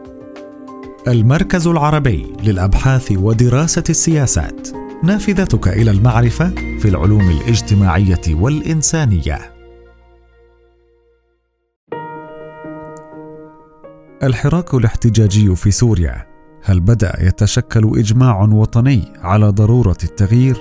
المركز العربي للأبحاث ودراسة السياسات، نافذتك إلى المعرفة في العلوم الاجتماعية والإنسانية. الحراك الاحتجاجي في سوريا، هل بدأ يتشكل إجماع وطني على ضرورة التغيير؟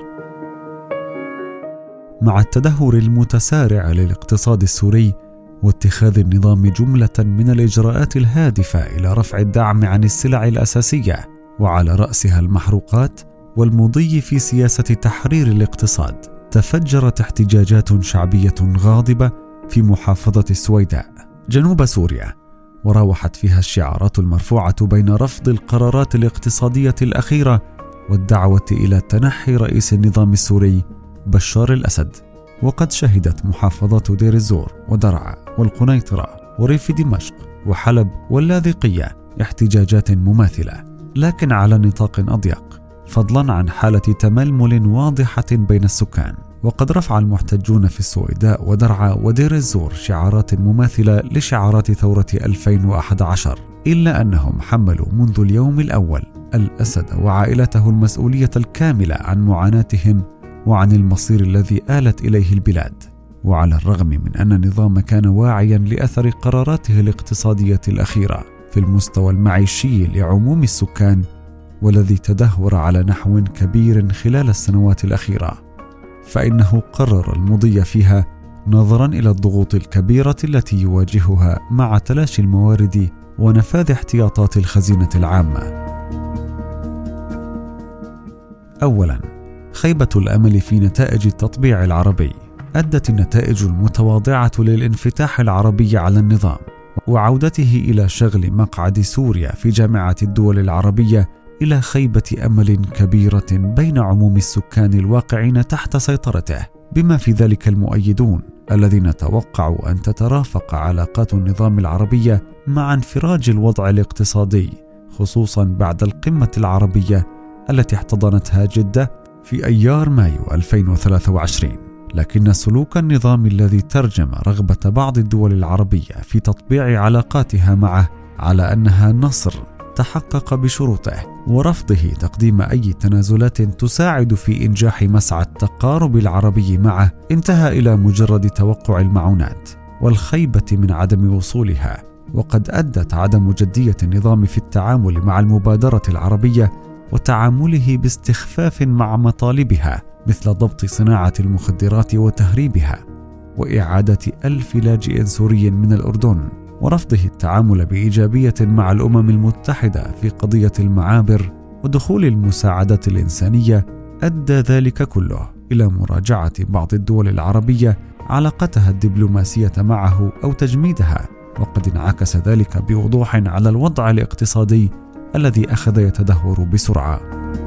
مع التدهور المتسارع للاقتصاد السوري واتخاذ النظام جملة من الإجراءات الهادفة إلى رفع الدعم عن السلع الأساسية وعلى رأسها المحروقات والمضي في سياسة تحرير الاقتصاد، تفجرت احتجاجات شعبية غاضبة في محافظة السويداء جنوب سوريا، وراوحت فيها الشعارات المرفوعة بين رفض القرارات الاقتصادية الأخيرة والدعوة إلى تنحي رئيس النظام السوري بشار الأسد. وقد شهدت محافظات دير الزور ودرعا والقنيطرة وريف دمشق وحلب واللاذقية احتجاجات مماثلة، لكن على نطاق أضيق، فضلا عن حالة تململ واضحة بين السكان. وقد رفع المحتجون في السويداء ودرعا ودير الزور شعارات مماثلة لشعارات ثورة 2011، إلا أنهم حملوا منذ اليوم الأول الأسد وعائلته المسؤولية الكاملة عن معاناتهم وعن المصير الذي آلت إليه البلاد. وعلى الرغم من أن النظام كان واعيا لأثر قراراته الاقتصادية الأخيرة في المستوى المعيشي لعموم السكان، والذي تدهور على نحو كبير خلال السنوات الأخيرة، فإنه قرر المضي فيها نظرا إلى الضغوط الكبيرة التي يواجهها مع تلاشي الموارد ونفاذ احتياطات الخزينة العامة. أولا، خيبة الأمل في نتائج التطبيع العربي. أدت النتائج المتواضعة للانفتاح العربي على النظام وعودته إلى شغل مقعد سوريا في جامعة الدول العربية إلى خيبة أمل كبيرة بين عموم السكان الواقعين تحت سيطرته، بما في ذلك المؤيدون الذين توقعوا أن تترافق علاقات النظام العربية مع انفراج الوضع الاقتصادي، خصوصا بعد القمة العربية التي احتضنتها جدة في أيار مايو 2023. لكن سلوك النظام الذي ترجم رغبة بعض الدول العربية في تطبيع علاقاتها معه على أنها نصر تحقق بشروطه، ورفضه تقديم أي تنازلات تساعد في إنجاح مسعى التقارب العربي معه، انتهى إلى مجرد توقع المعونات والخيبة من عدم وصولها. وقد أدت عدم جدية النظام في التعامل مع المبادرة العربية وتعامله باستخفاف مع مطالبها، مثل ضبط صناعة المخدرات وتهريبها، وإعادة 1000 لاجئ سوري من الأردن، ورفضه التعامل بإيجابية مع الأمم المتحدة في قضية المعابر ودخول المساعدات الإنسانية. أدى ذلك كله إلى مراجعة بعض الدول العربية علاقتها الدبلوماسية معه أو تجميدها، وقد انعكس ذلك بوضوح على الوضع الاقتصادي الذي أخذ يتدهور بسرعة.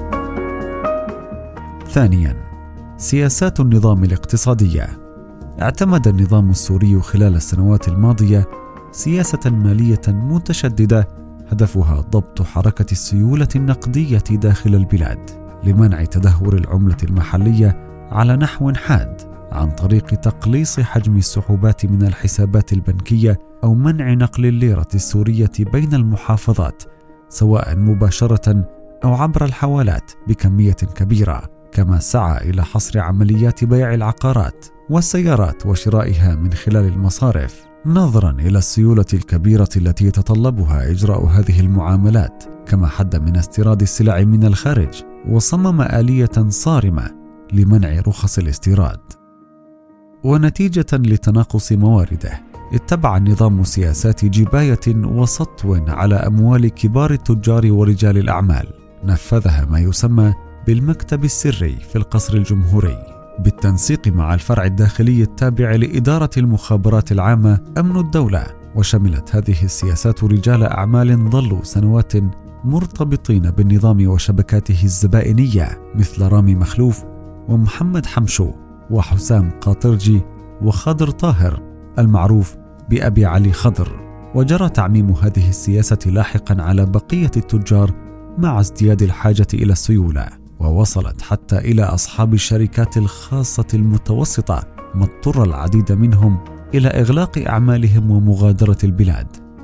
ثانياً، سياسات النظام الاقتصادية. اعتمد النظام السوري خلال السنوات الماضية سياسة مالية متشددة هدفها ضبط حركة السيولة النقدية داخل البلاد لمنع تدهور العملة المحلية على نحو حاد، عن طريق تقليص حجم السحوبات من الحسابات البنكية أو منع نقل الليرة السورية بين المحافظات سواء مباشرة أو عبر الحوالات بكمية كبيرة، كما سعى إلى حصر عمليات بيع العقارات والسيارات وشرائها من خلال المصارف، نظرا إلى السيولة الكبيرة التي يتطلبها إجراء هذه المعاملات، كما حد من استيراد السلع من الخارج، وصمم آلية صارمة لمنع رخص الاستيراد. ونتيجة لتناقص موارده، اتبع النظام سياسات جباية وسطو على أموال كبار التجار ورجال الأعمال، نفذها ما يسمى بالمكتب السري في القصر الجمهوري بالتنسيق مع الفرع الداخلي التابع لإدارة المخابرات العامة أمن الدولة. وشملت هذه السياسات رجال أعمال ظلوا سنوات مرتبطين بالنظام وشبكاته الزبائنية، مثل رامي مخلوف ومحمد حمشو وحسام قاطرجي وخضر طاهر المعروف بأبي علي خضر. وجرى تعميم هذه السياسة لاحقا على بقية التجار مع ازدياد الحاجة إلى السيولة، ووصلت حتى إلى أصحاب الشركات الخاصة المتوسطة، ما اضطر العديد منهم إلى إغلاق أعمالهم ومغادرة البلاد.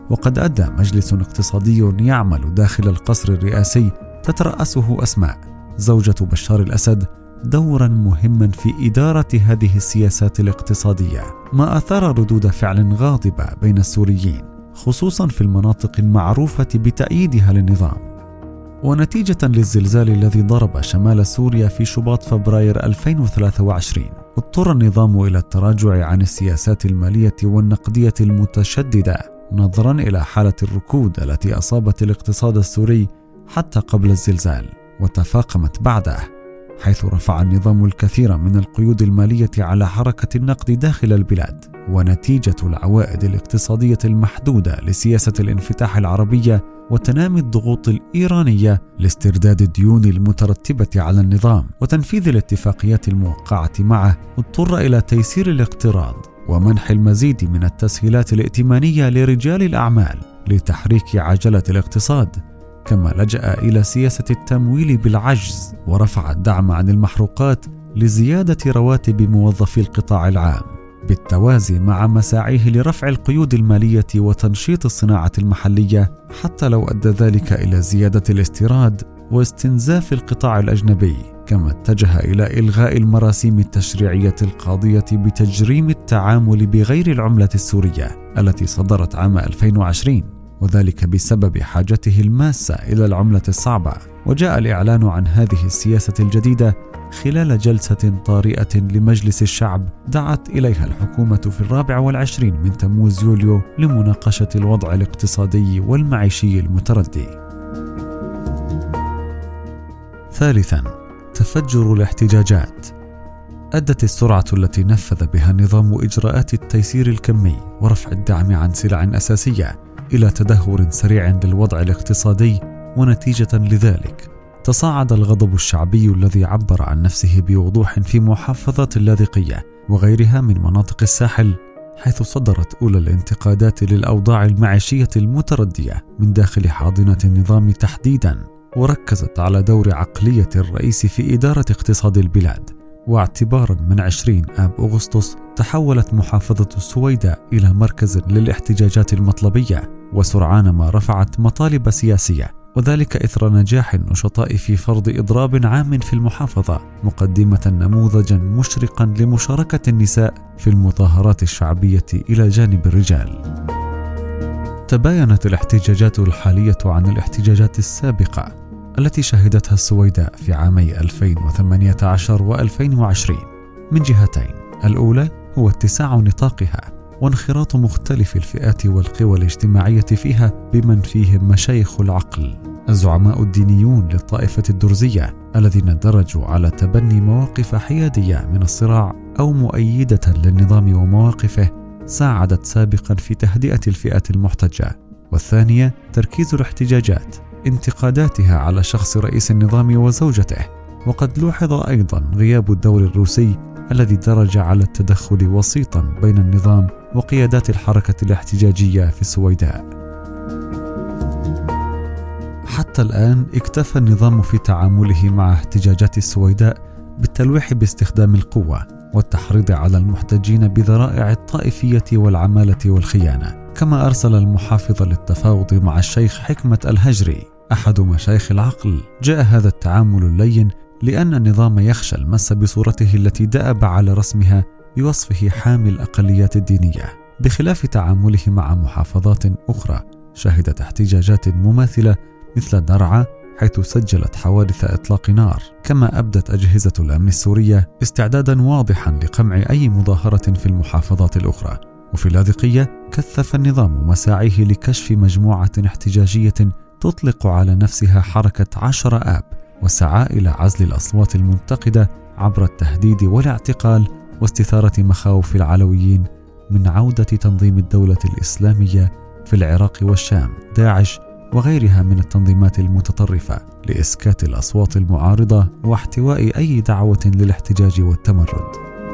وقد أدى مجلس اقتصادي يعمل داخل القصر الرئاسي تترأسه أسماء زوجة بشار الأسد دورا مهما في إدارة هذه السياسات الاقتصادية، ما أثار ردود فعل غاضبة بين السوريين خصوصا في المناطق المعروفة بتأييدها للنظام. ونتيجة للزلزال الذي ضرب شمال سوريا في شباط فبراير 2023، اضطر النظام إلى التراجع عن السياسات المالية والنقدية المتشددة نظرا إلى حالة الركود التي أصابت الاقتصاد السوري حتى قبل الزلزال وتفاقمت بعده، حيث رفع النظام الكثير من القيود المالية على حركة النقد داخل البلاد. ونتيجة العوائد الاقتصادية المحدودة لسياسة الانفتاح العربية وتنامي الضغوط الإيرانية لاسترداد الديون المترتبة على النظام وتنفيذ الاتفاقيات الموقعة معه، اضطر إلى تيسير الاقتراض ومنح المزيد من التسهيلات الائتمانية لرجال الأعمال لتحريك عجلة الاقتصاد، كما لجأ إلى سياسة التمويل بالعجز ورفع الدعم عن المحروقات لزيادة رواتب موظفي القطاع العام، بالتوازي مع مساعيه لرفع القيود المالية وتنشيط الصناعة المحلية، حتى لو أدى ذلك إلى زيادة الاستيراد واستنزاف القطاع الأجنبي. كما اتجه إلى إلغاء المراسيم التشريعية القاضية بتجريم التعامل بغير العملة السورية التي صدرت عام 2020، وذلك بسبب حاجته الماسة إلى العملة الصعبة. وجاء الإعلان عن هذه السياسة الجديدة خلال جلسة طارئة لمجلس الشعب دعت إليها الحكومة في 24 من تموز يوليو لمناقشة الوضع الاقتصادي والمعيشي المتردي. ثالثاً، تفجر الاحتجاجات. أدت السرعة التي نفذ بها النظام إجراءات التيسير الكمي ورفع الدعم عن سلع أساسية إلى تدهور سريع للوضع الاقتصادي، ونتيجة لذلك تصاعد الغضب الشعبي الذي عبر عن نفسه بوضوح في محافظة اللاذقية وغيرها من مناطق الساحل، حيث صدرت أولى الانتقادات للأوضاع المعيشية المتردية من داخل حاضنة النظام تحديدا، وركزت على دور عقلية الرئيس في إدارة اقتصاد البلاد. واعتبارا من 20 آب أغسطس تحولت محافظة السويداء إلى مركز للاحتجاجات المطلبية، وسرعان ما رفعت مطالب سياسية، وذلك إثر نجاح النشطاء في فرض إضراب عام في المحافظة، مقدمة نموذجا مشرقا لمشاركة النساء في المظاهرات الشعبية إلى جانب الرجال. تباينت الاحتجاجات الحالية عن الاحتجاجات السابقة التي شهدتها السويداء في عامي 2018 و2020 من جهتين: الأولى هو اتساع نطاقها وانخراط مختلف الفئات والقوى الاجتماعية فيها، بمن فيهم مشايخ العقل الزعماء الدينيون للطائفة الدرزية الذين درجوا على تبني مواقف حيادية من الصراع أو مؤيدة للنظام ومواقفه ساعدت سابقا في تهدئة الفئات المحتجة. والثانية تركيز الاحتجاجات انتقاداتها على شخص رئيس النظام وزوجته، وقد لوحظ أيضا غياب الدور الروسي الذي درج على التدخل وسيطا بين النظام وقيادات الحركة الاحتجاجية في السويداء. حتى الآن اكتفى النظام في تعامله مع احتجاجات السويداء بالتلويح باستخدام القوة والتحريض على المحتجين بذرائع الطائفية والعمالة والخيانة، كما أرسل المحافظ للتفاوض مع الشيخ حكمة الهجري أحد مشايخ العقل. جاء هذا التعامل اللين لأن النظام يخشى المس بصورته التي دأب على رسمها بوصفه حامي الأقليات الدينية، بخلاف تعامله مع محافظات أخرى شهدت احتجاجات مماثلة مثل درعا، حيث سجلت حوادث إطلاق نار. كما أبدت أجهزة الأمن السورية استعدادا واضحا لقمع أي مظاهرة في المحافظات الأخرى. وفي اللاذقية كثف النظام مساعيه لكشف مجموعة احتجاجية تطلق على نفسها حركة 10 آب، وسعى إلى عزل الأصوات المنتقدة عبر التهديد والاعتقال واستثارة مخاوف العلويين من عودة تنظيم الدولة الإسلامية في العراق والشام، داعش وغيرها من التنظيمات المتطرفة، لإسكات الأصوات المعارضة واحتواء أي دعوة للاحتجاج والتمرد.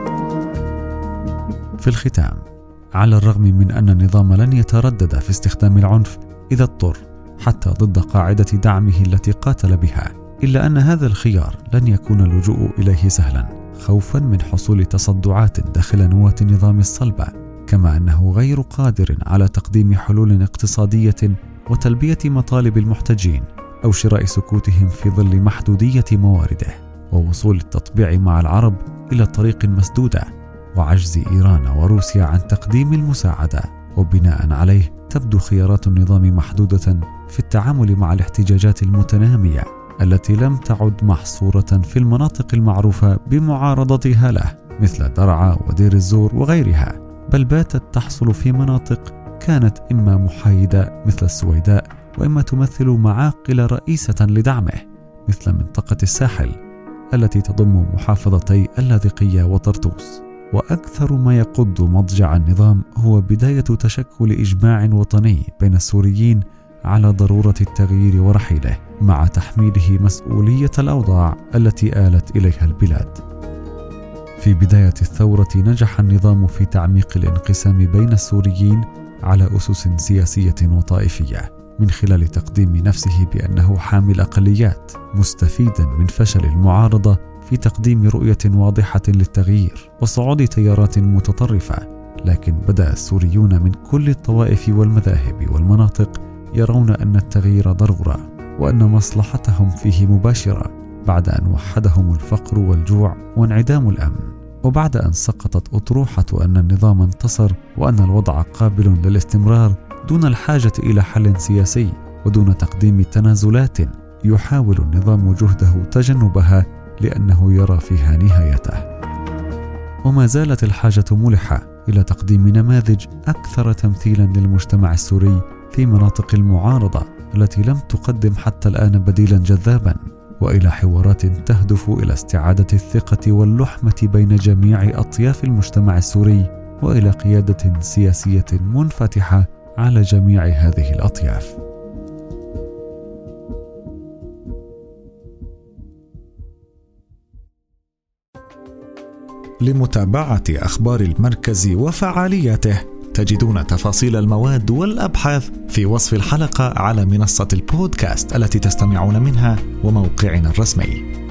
في الختام، على الرغم من أن النظام لن يتردد في استخدام العنف إذا اضطر حتى ضد قاعدة دعمه التي قاتل بها، إلا أن هذا الخيار لن يكون اللجوء إليه سهلا، خوفا من حصول تصدعات داخل نواة النظام الصلبة، كما أنه غير قادر على تقديم حلول اقتصادية وتلبية مطالب المحتاجين أو شراء سكوتهم في ظل محدودية موارده، ووصول التطبيع مع العرب إلى طريق مسدودة، وعجز إيران وروسيا عن تقديم المساعدة. وبناء عليه تبدو خيارات النظام محدودة في التعامل مع الاحتجاجات المتنامية التي لم تعد محصورة في المناطق المعروفة بمعارضتها له مثل درعا ودير الزور وغيرها، بل باتت تحصل في مناطق كانت إما محايدة مثل السويداء، وإما تمثل معاقل رئيسة لدعمه مثل منطقة الساحل التي تضم محافظتي اللاذقية وطرطوس. وأكثر ما يقض مضجع النظام هو بداية تشكل إجماع وطني بين السوريين على ضرورة التغيير ورحيله، مع تحميله مسؤولية الأوضاع التي آلت إليها البلاد. في بداية الثورة نجح النظام في تعميق الانقسام بين السوريين على أسس سياسية وطائفية، من خلال تقديم نفسه بأنه حامل أقليات، مستفيدا من فشل المعارضة في تقديم رؤية واضحة للتغيير وصعود تيارات متطرفة. لكن بدأ السوريون من كل الطوائف والمذاهب والمناطق يرون أن التغيير ضرورة، وأن مصلحتهم فيه مباشرة، بعد أن وحدهم الفقر والجوع وانعدام الأمن، وبعد أن سقطت أطروحة أن النظام انتصر وأن الوضع قابل للاستمرار دون الحاجة إلى حل سياسي ودون تقديم تنازلات يحاول النظام جهده تجنبها لأنه يرى فيها نهايته. وما زالت الحاجة ملحة إلى تقديم نماذج أكثر تمثيلا للمجتمع السوري في مناطق المعارضة التي لم تقدم حتى الآن بديلا جذابا، وإلى حوارات تهدف إلى استعادة الثقة واللحمة بين جميع أطياف المجتمع السوري، وإلى قيادة سياسية منفتحة على جميع هذه الأطياف. لمتابعة أخبار المركز وفعالياته تجدون تفاصيل المواد والأبحاث في وصف الحلقة على منصة البودكاست التي تستمعون منها وموقعنا الرسمي.